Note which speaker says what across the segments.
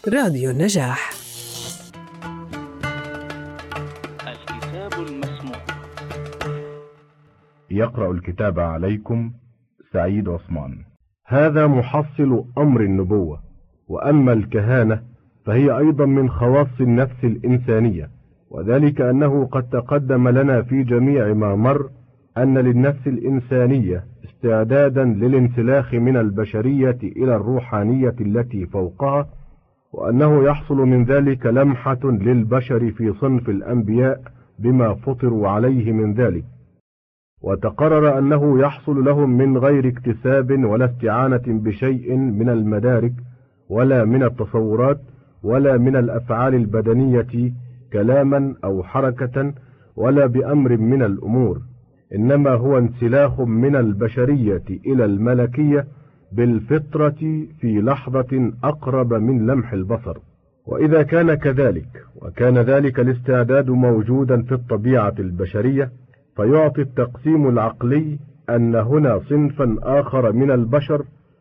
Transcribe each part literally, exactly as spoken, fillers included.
Speaker 1: راديو النجاح.
Speaker 2: الكتاب المسموع.
Speaker 3: يقرأ الكتاب عليكم سعيد عثمان. هذا محصل أمر النبوة. وأما الكهانة فهي أيضا من خواص النفس الإنسانية، وذلك أنه قد تقدم لنا في جميع ما مر أن للنفس الإنسانية استعدادا للانسلاخ من البشرية إلى الروحانية التي فوقها، وأنه يحصل من ذلك لمحة للبشر في صنف الأنبياء بما فطروا عليه من ذلك، وتقرر أنه يحصل لهم من غير اكتساب ولا استعانة بشيء من المدارك ولا من التصورات ولا من الأفعال البدنية كلاما أو حركة ولا بأمر من الأمور، إنما هو انسلاخ من البشرية إلى الملكية بالفطرة في لحظة أقرب من لمح البصر. وإذا كان كذلك، وكان ذلك الاستعداد موجودا في الطبيعة البشرية، فيعطي التقسيم العقلي أن هنا صنفا آخر من البشر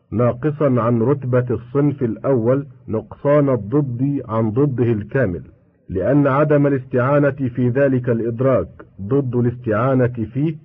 Speaker 3: ناقصا عن رتبة الصنف الأول نقصان الضد عن ضده الكامل، لأن عدم الاستعانة في ذلك الإدراك ضد الاستعانة فيه،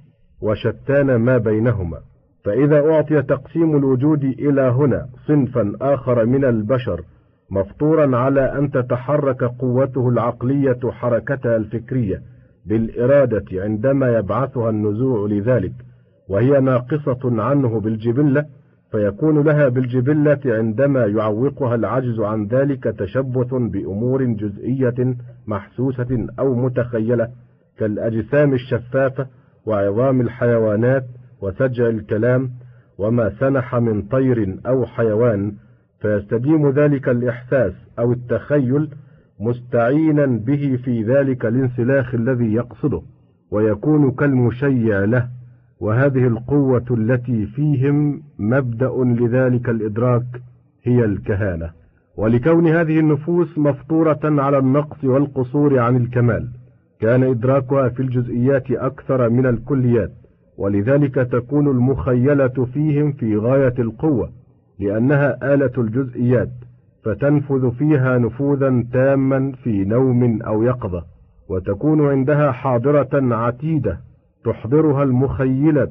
Speaker 3: وشتان ما بينهما. فإذا أعطي تقسيم الوجود إلى هنا صنفا آخر من البشر مفطورا على أن تتحرك قوته العقلية حركتها الفكرية بالإرادة عندما يبعثها النزوع لذلك، وهي ناقصة عنه بالجبلة، فيكون لها بالجبلة عندما يعوقها العجز عن ذلك تشبث بأمور جزئية محسوسة أو متخيلة كالأجسام الشفافة وعظام الحيوانات وسجع الكلام وما سنح من طير أو حيوان، فيستديم ذلك الإحساس أو التخيل مستعينا به في ذلك الانسلاخ الذي يقصده، ويكون كالمشيع له. وهذه القوة التي فيهم مبدأ لذلك الإدراك هي الكهانة. ولكون هذه النفوس مفطورة على النقص والقصور عن الكمال، كان إدراكها في الجزئيات أكثر من الكليات، ولذلك تكون المخيلة فيهم في غاية القوة، لأنها آلة الجزئيات، فتنفذ فيها نفوذا تاما في نوم أو يقظة، وتكون عندها حاضرة عتيدة تحضرها المخيلة،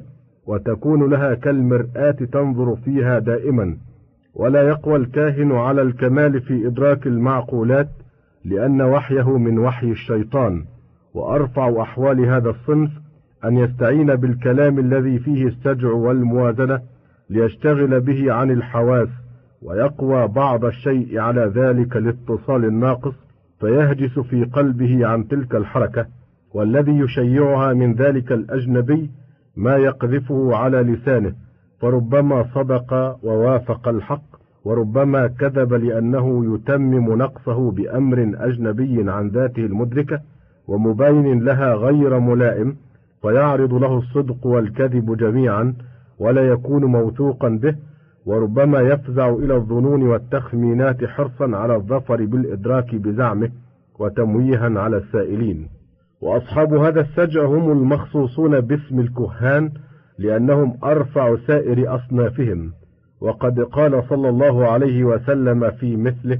Speaker 3: وتكون لها كالمرآة تنظر فيها دائما. ولا يقوى الكاهن على الكمال في إدراك المعقولات، لأن وحيه من وحي الشيطان، وأرفع أحوال هذا الصنف أن يستعين بالكلام الذي فيه السجع والموازنة ليشتغل به عن الحواس، ويقوى بعض الشيء على ذلك الاتصال الناقص، فيهجس في قلبه عن تلك الحركة، والذي يشيعها من ذلك الأجنبي ما يقذفه على لسانه، فربما صدق ووافق الحق، وربما كذب لأنه يتمم نقصه بأمر أجنبي عن ذاته المدركة ومبين لها غير ملائم، فيعرض له الصدق والكذب جميعا ولا يكون موثوقا به، وربما يفزع إلى الظنون والتخمينات حرصا على الظفر بالإدراك بزعمه وتمويها على السائلين. وأصحاب هذا السجع هم المخصوصون باسم الكهان، لأنهم أرفع سائر أصنافهم، وقد قال صلى الله عليه وسلم في مثله: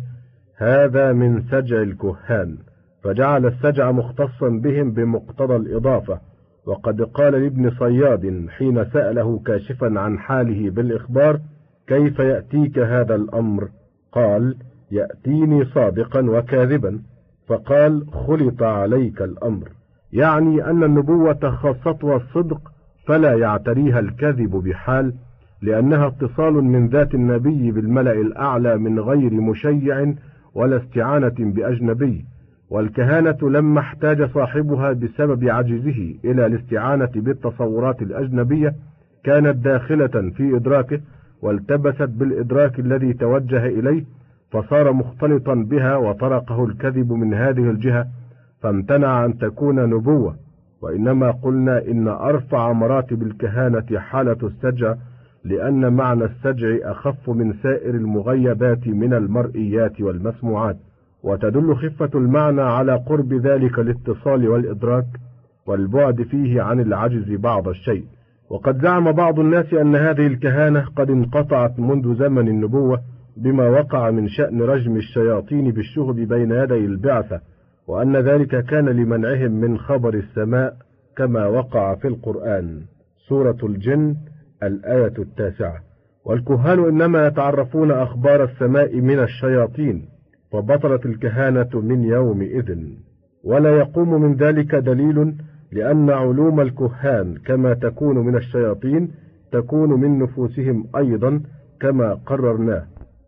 Speaker 3: هذا من سجع الكهان، فجعل السجع مختصا بهم بمقتضى الإضافة. وقد قال لابن صياد حين سأله كاشفا عن حاله بالإخبار: كيف يأتيك هذا الأمر؟ قال: يأتيني صادقا وكاذبا. فقال: خلط عليك الأمر، يعني أن النبوة خاصتها الصدق، فلا يعتريها الكذب بحال، لأنها اتصال من ذات النبي بالملأ الأعلى من غير مشيع ولا استعانة بأجنبي. والكهانة لما احتاج صاحبها بسبب عجزه إلى الاستعانة بالتصورات الأجنبية كانت داخلة في إدراكه، والتبست بالإدراك الذي توجه إليه، فصار مختلطا بها وطرقه الكذب من هذه الجهة، فامتنع أن تكون نبوة. وإنما قلنا إن أرفع مراتب الكهانة حالة السجع، لأن معنى السجع أخف من سائر المغيبات من المرئيات والمسموعات، وتدل خفة المعنى على قرب ذلك الاتصال والإدراك والبعد فيه عن العجز بعض الشيء. وقد زعم بعض الناس أن هذه الكهانة قد انقطعت منذ زمن النبوة، بما وقع من شأن رجم الشياطين بالشهب بين يدي البعثة، وأن ذلك كان لمنعهم من خبر السماء كما وقع في القرآن. سورة الجن الآية التاسعة. والكهان إنما يتعرفون أخبار السماء من الشياطين، فبطلت الكهانة من يومئذ، ولا يقوم من ذلك دليل، لأن علوم الكهان كما تكون من الشياطين تكون من نفوسهم أيضا كما قررناه.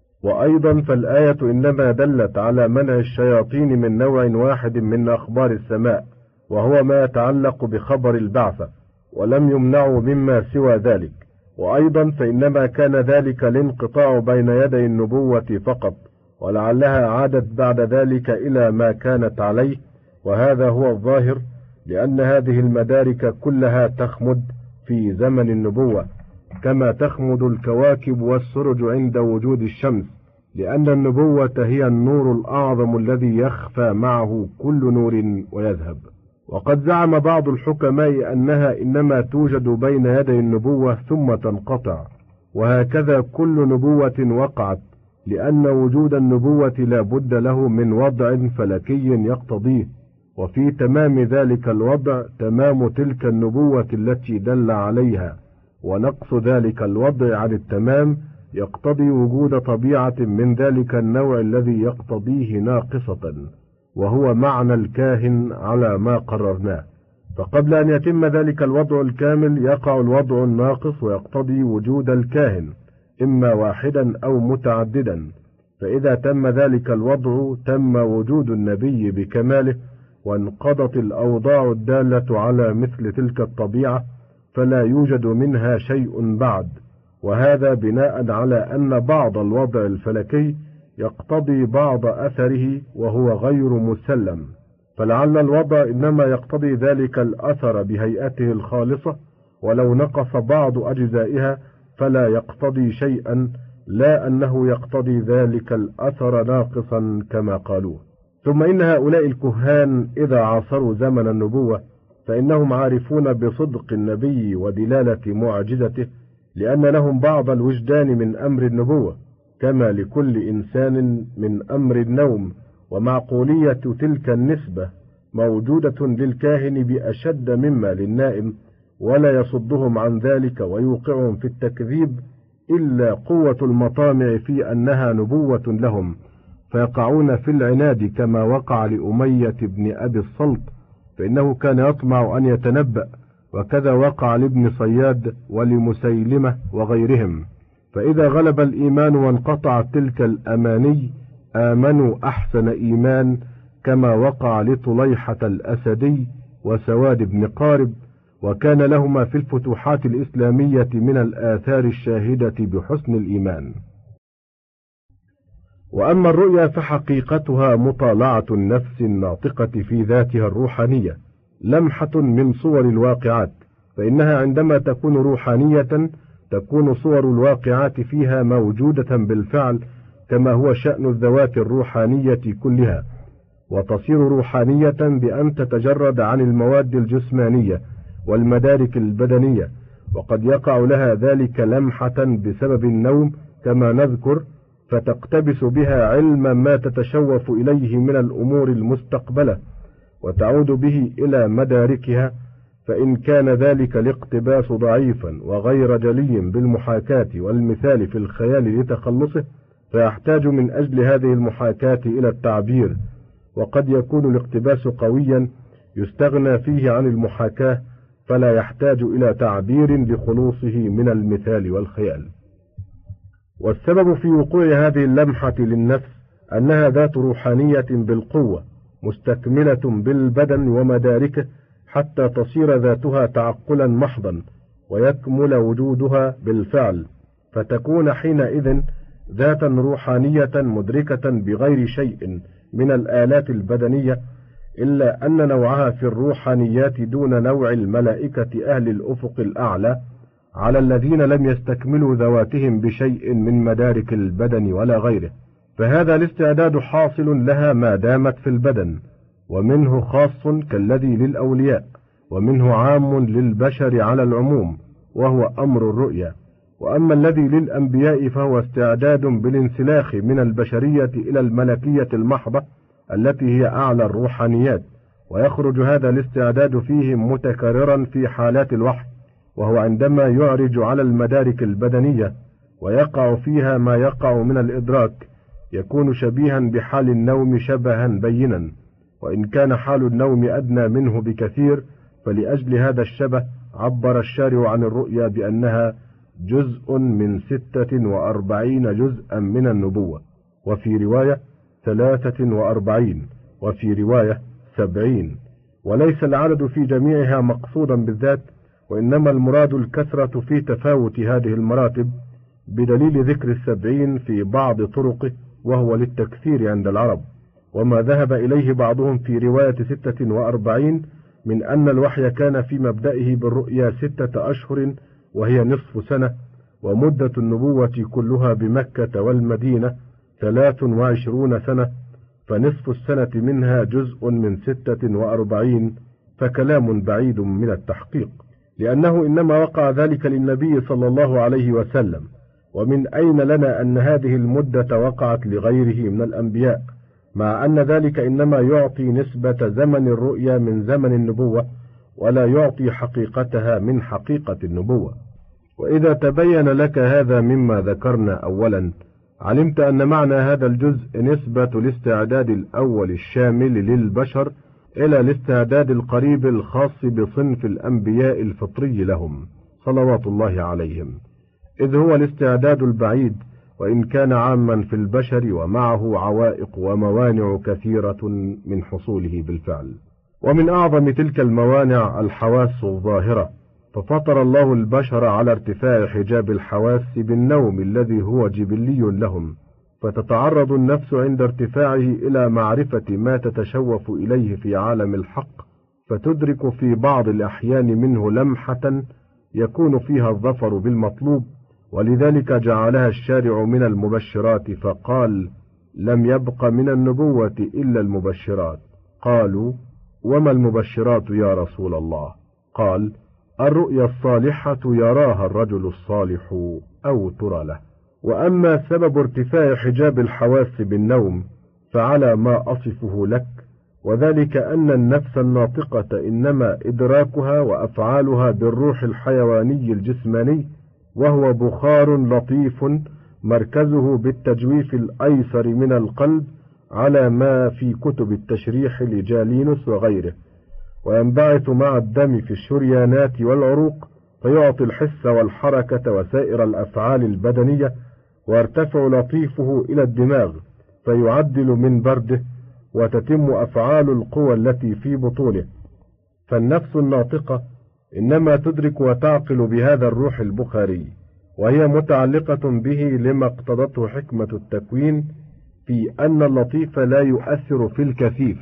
Speaker 3: وأيضا فالآية إنما دلت على منع الشياطين من نوع واحد من أخبار السماء، وهو ما يتعلق بخبر البعثة، ولم يمنعوا مما سوى ذلك. وأيضا فإنما كان ذلك الانقطاع بين يدي النبوة فقط، ولعلها عادت بعد ذلك إلى ما كانت عليه، وهذا هو الظاهر، لأن هذه المدارك كلها تخمد في زمن النبوة كما تخمد الكواكب والسرج عند وجود الشمس، لأن النبوة هي النور الأعظم الذي يخفى معه كل نور ويذهب. وقد زعم بعض الحكماء أنها إنما توجد بين يدي النبوة ثم تنقطع، وهكذا كل نبوة وقعت، لأن وجود النبوة لا بد له من وضع فلكي يقتضيه، وفي تمام ذلك الوضع تمام تلك النبوة التي دل عليها، ونقص ذلك الوضع عن التمام يقتضي وجود طبيعة من ذلك النوع الذي يقتضيه ناقصة، وهو معنى الكاهن على ما قررناه. فقبل أن يتم ذلك الوضع الكامل يقع الوضع الناقص، ويقتضي وجود الكاهن إما واحدا أو متعددا، فإذا تم ذلك الوضع تم وجود النبي بكماله، وانقضت الأوضاع الدالة على مثل تلك الطبيعة، فلا يوجد منها شيء بعد، وهذا بناء على أن بعض الوضع الفلكي يقتضي بعض أثره وهو غير مسلم، فلعل الوضع إنما يقتضي ذلك الأثر بهيئته الخالصة، ولو نقص بعض أجزائها فلا يقتضي شيئا، لا أنه يقتضي ذلك الأثر ناقصا كما قالوه. ثم إن هؤلاء الكهان إذا عاصروا زمن النبوة فإنهم عارفون بصدق النبي ودلالة معجزته، لأن لهم بعض الوجدان من أمر النبوة، كما لكل إنسان من أمر النوم، ومعقولية تلك النسبة موجودة للكاهن بأشد مما للنائم، ولا يصدهم عن ذلك ويوقعهم في التكذيب إلا قوة المطامع في أنها نبوة لهم، فيقعون في العناد كما وقع لأمية بن أبي الصلت، فإنه كان يطمع أن يتنبأ، وكذا وقع لابن صياد ولمسيلمة وغيرهم، فإذا غلب الإيمان وانقطعت تلك الأماني آمنوا أحسن إيمان، كما وقع لطليحة الأسدي وسواد بن قارب، وكان لهما في الفتوحات الإسلامية من الآثار الشاهدة بحسن الإيمان. وأما الرؤيا فحقيقتها مطالعة النفس الناطقة في ذاتها الروحانية، لمحة من صور الواقعات، فإنها عندما تكون روحانية تكون صور الواقعات فيها موجودة بالفعل، كما هو شأن الذوات الروحانية كلها، وتصير روحانية بأن تتجرد عن المواد الجسمانية والمدارك البدنية، وقد يقع لها ذلك لمحة بسبب النوم كما نذكر، فتقتبس بها علم ما تتشوف إليه من الأمور المستقبلة، وتعود به إلى مداركها، فإن كان ذلك الاقتباس ضعيفا وغير جلي بالمحاكاة والمثال في الخيال لتخلصه، فيحتاج من أجل هذه المحاكاة إلى التعبير، وقد يكون الاقتباس قويا يستغنى فيه عن المحاكاة، فلا يحتاج إلى تعبير لخلوصه من المثال والخيال. والسبب في وقوع هذه اللمحة للنفس أنها ذات روحانية بالقوة مستكملة بالبدن ومداركه، حتى تصير ذاتها تعقلا محضا، ويكمل وجودها بالفعل، فتكون حينئذ ذاتا روحانية مدركة بغير شيء من الآلات البدنية، إلا أن نوعها في الروحانيات دون نوع الملائكة أهل الأفق الأعلى، على الذين لم يستكملوا ذواتهم بشيء من مدارك البدن ولا غيره، فهذا الاستعداد حاصل لها ما دامت في البدن، ومنه خاص كالذي للأولياء، ومنه عام للبشر على العموم، وهو أمر الرؤيا، وأما الذي للأنبياء فهو استعداد بالانسلاخ من البشرية إلى الملكية المحضة التي هي أعلى الروحانيات، ويخرج هذا الاستعداد فيهم متكررا في حالات الوحي، وهو عندما يعرج على المدارك البدنية ويقع فيها ما يقع من الإدراك، يكون شبيها بحال النوم شبها بينا، وإن كان حال النوم أدنى منه بكثير، فلأجل هذا الشبه عبر الشارع عن الرؤيا بأنها جزء من ستة وأربعين جزءا من النبوة، وفي رواية ثلاثة وأربعين، وفي رواية سبعين، وليس العدد في جميعها مقصودا بالذات، وإنما المراد الكثرة في تفاوت هذه المراتب، بدليل ذكر السبعين في بعض طرقه وهو للتكثير عند العرب، وما ذهب إليه بعضهم في رواية ستة وأربعين من أن الوحي كان في مبدئه بالرؤيا ستة أشهر وهي نصف سنة، ومدة النبوة كلها بمكة والمدينة ثلاث وعشرون سنة، فنصف السنة منها جزء من ستة وأربعين، فكلام بعيد من التحقيق، لأنه إنما وقع ذلك للنبي صلى الله عليه وسلم، ومن أين لنا أن هذه المدة وقعت لغيره من الأنبياء، مع أن ذلك إنما يعطي نسبة زمن الرؤيا من زمن النبوة، ولا يعطي حقيقتها من حقيقة النبوة. وإذا تبين لك هذا مما ذكرنا أولا، علمت أن معنى هذا الجزء نسبة الاستعداد الأول الشامل للبشر إلى الاستعداد القريب الخاص بصنف الأنبياء الفطري لهم صلوات الله عليهم، إذ هو الاستعداد البعيد وإن كان عاما في البشر، ومعه عوائق وموانع كثيرة من حصوله بالفعل. ومن أعظم تلك الموانع الحواس الظاهرة، ففطر الله البشر على ارتفاع حجاب الحواس بالنوم الذي هو جبلي لهم، فتتعرض النفس عند ارتفاعه إلى معرفة ما تتشوف إليه في عالم الحق، فتدرك في بعض الأحيان منه لمحة يكون فيها الظفر بالمطلوب، ولذلك جعلها الشارع من المبشرات، فقال: لم يبق من النبوة إلا المبشرات. قالوا: وما المبشرات يا رسول الله؟ قال: الرؤيا الصالحة يراها الرجل الصالح أو ترى له. وأما سبب ارتفاع حجاب الحواس بالنوم فعلى ما أصفه لك، وذلك أن النفس الناطقة إنما إدراكها وأفعالها بالروح الحيواني الجسماني، وهو بخار لطيف مركزه بالتجويف الأيسر من القلب، على ما في كتب التشريح لجالينوس وغيره، وينبعث مع الدم في الشريانات والعروق، فيعطي الحس والحركة وسائر الأفعال البدنية، ويرتفع لطيفه إلى الدماغ فيعدل من برده، وتتم أفعال القوى التي في بطونه. فالنفس الناطقة إنما تدرك وتعقل بهذا الروح البخاري، وهي متعلقة به لما اقتضته حكمة التكوين في أن اللطيف لا يؤثر في الكثيف،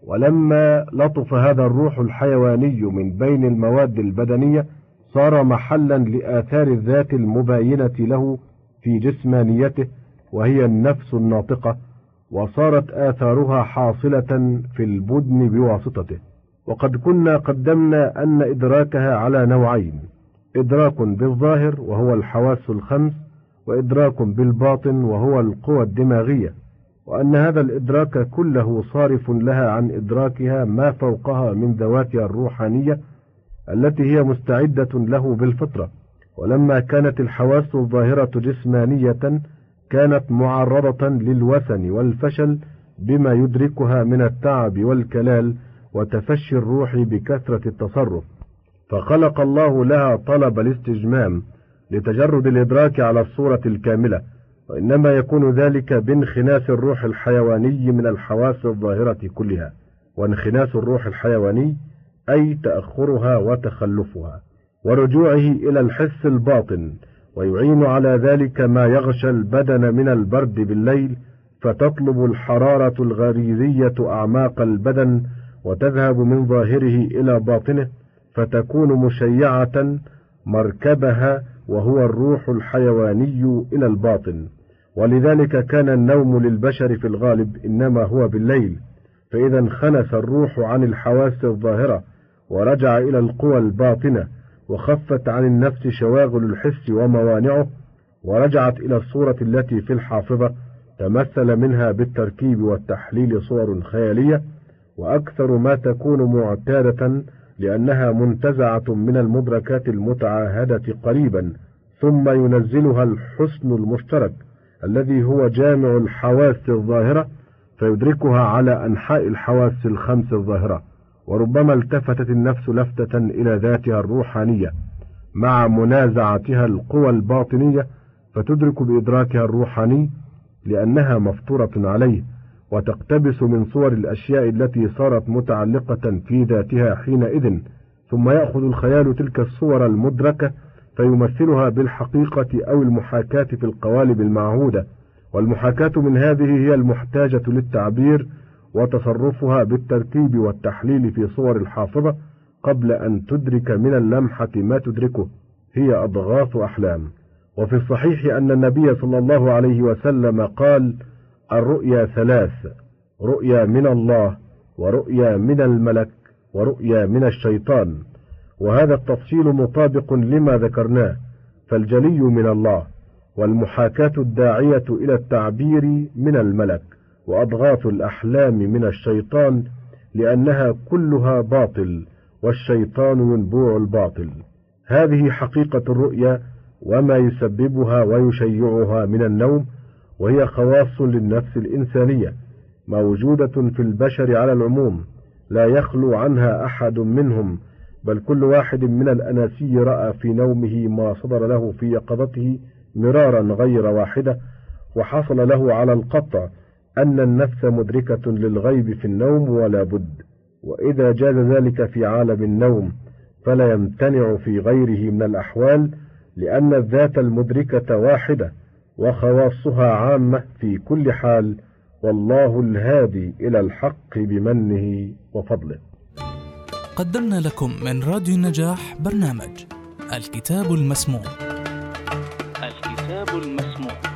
Speaker 3: ولما لطف هذا الروح الحيواني من بين المواد البدنية صار محلا لآثار الذات المباينة له في جسمانيته، وهي النفس الناطقة، وصارت آثارها حاصلة في البدن بواسطته. وقد كنا قدمنا أن إدراكها على نوعين: إدراك بالظاهر وهو الحواس الخمس، وإدراك بالباطن وهو القوى الدماغية، وأن هذا الإدراك كله صارف لها عن إدراكها ما فوقها من ذواتها الروحانية التي هي مستعدة له بالفطرة. ولما كانت الحواس الظاهرة جسمانية كانت معرضة للوسن والفشل بما يدركها من التعب والكلال وتفشي الروح بكثرة التصرف، فخلق الله لها طلب الاستجمام لتجرد الإدراك على الصورة الكاملة، وإنما يكون ذلك بانخناس الروح الحيواني من الحواس الظاهرة كلها. وانخناس الروح الحيواني أي تأخرها وتخلفها ورجوعه إلى الحس الباطن، ويعين على ذلك ما يغشى البدن من البرد بالليل، فتطلب الحرارة الغريزية أعماق البدن وتذهب من ظاهره إلى باطنه، فتكون مشيعة مركبها وهو الروح الحيواني إلى الباطن. ولذلك كان النوم للبشر في الغالب إنما هو بالليل، فإذا انخنس الروح عن الحواس الظاهرة ورجع إلى القوى الباطنة وخفت عن النفس شواغل الحس وموانعه، ورجعت إلى الصورة التي في الحافظة، تمثل منها بالتركيب والتحليل صور خيالية، وأكثر ما تكون معتادة لأنها منتزعة من المدركات المتعاهدة قريبا، ثم ينزلها الحسن المشترك الذي هو جامع الحواس الظاهرة فيدركها على أنحاء الحواس الخمس الظاهرة. وربما التفتت النفس لفتة إلى ذاتها الروحانية مع منازعتها القوى الباطنية فتدرك بإدراكها الروحاني لأنها مفطورة عليه، وتقتبس من صور الأشياء التي صارت متعلقة في ذاتها حينئذ، ثم يأخذ الخيال تلك الصور المدركة فيمثلها بالحقيقة أو المحاكاة في القوالب المعهودة، والمحاكاة من هذه هي المحتاجة للتعبير، وتصرفها بالترتيب والتحليل في صور الحافظة قبل أن تدرك من اللمحة ما تدركه هي أضغاث أحلام. وفي الصحيح أن النبي صلى الله عليه وسلم قال: الرؤيا ثلاث: رؤيا من الله، ورؤيا من الملك، ورؤيا من الشيطان. وهذا التفصيل مطابق لما ذكرناه، فالجلي من الله، والمحاكاة الداعية إلى التعبير من الملك، وأضغاث الأحلام من الشيطان، لأنها كلها باطل، والشيطان ينبوع الباطل. هذه حقيقة الرؤيا وما يسببها ويشيعها من النوم، وهي خواص للنفس الإنسانية موجودة في البشر على العموم، لا يخلو عنها أحد منهم، بل كل واحد من الأناسي رأى في نومه ما صدر له في يقظته مرارا غير واحدة، وحصل له على القطع أن النفس مدركة للغيب في النوم ولا بد. وإذا جاز ذلك في عالم النوم فلا يمتنع في غيره من الأحوال، لأن الذات المدركة واحدة وخواصها عامة في كل حال، والله الهادي إلى الحق بمنه وفضله.
Speaker 1: قدمنا لكم من راديو النجاح برنامج الكتاب المسموع.
Speaker 2: الكتاب المسموع.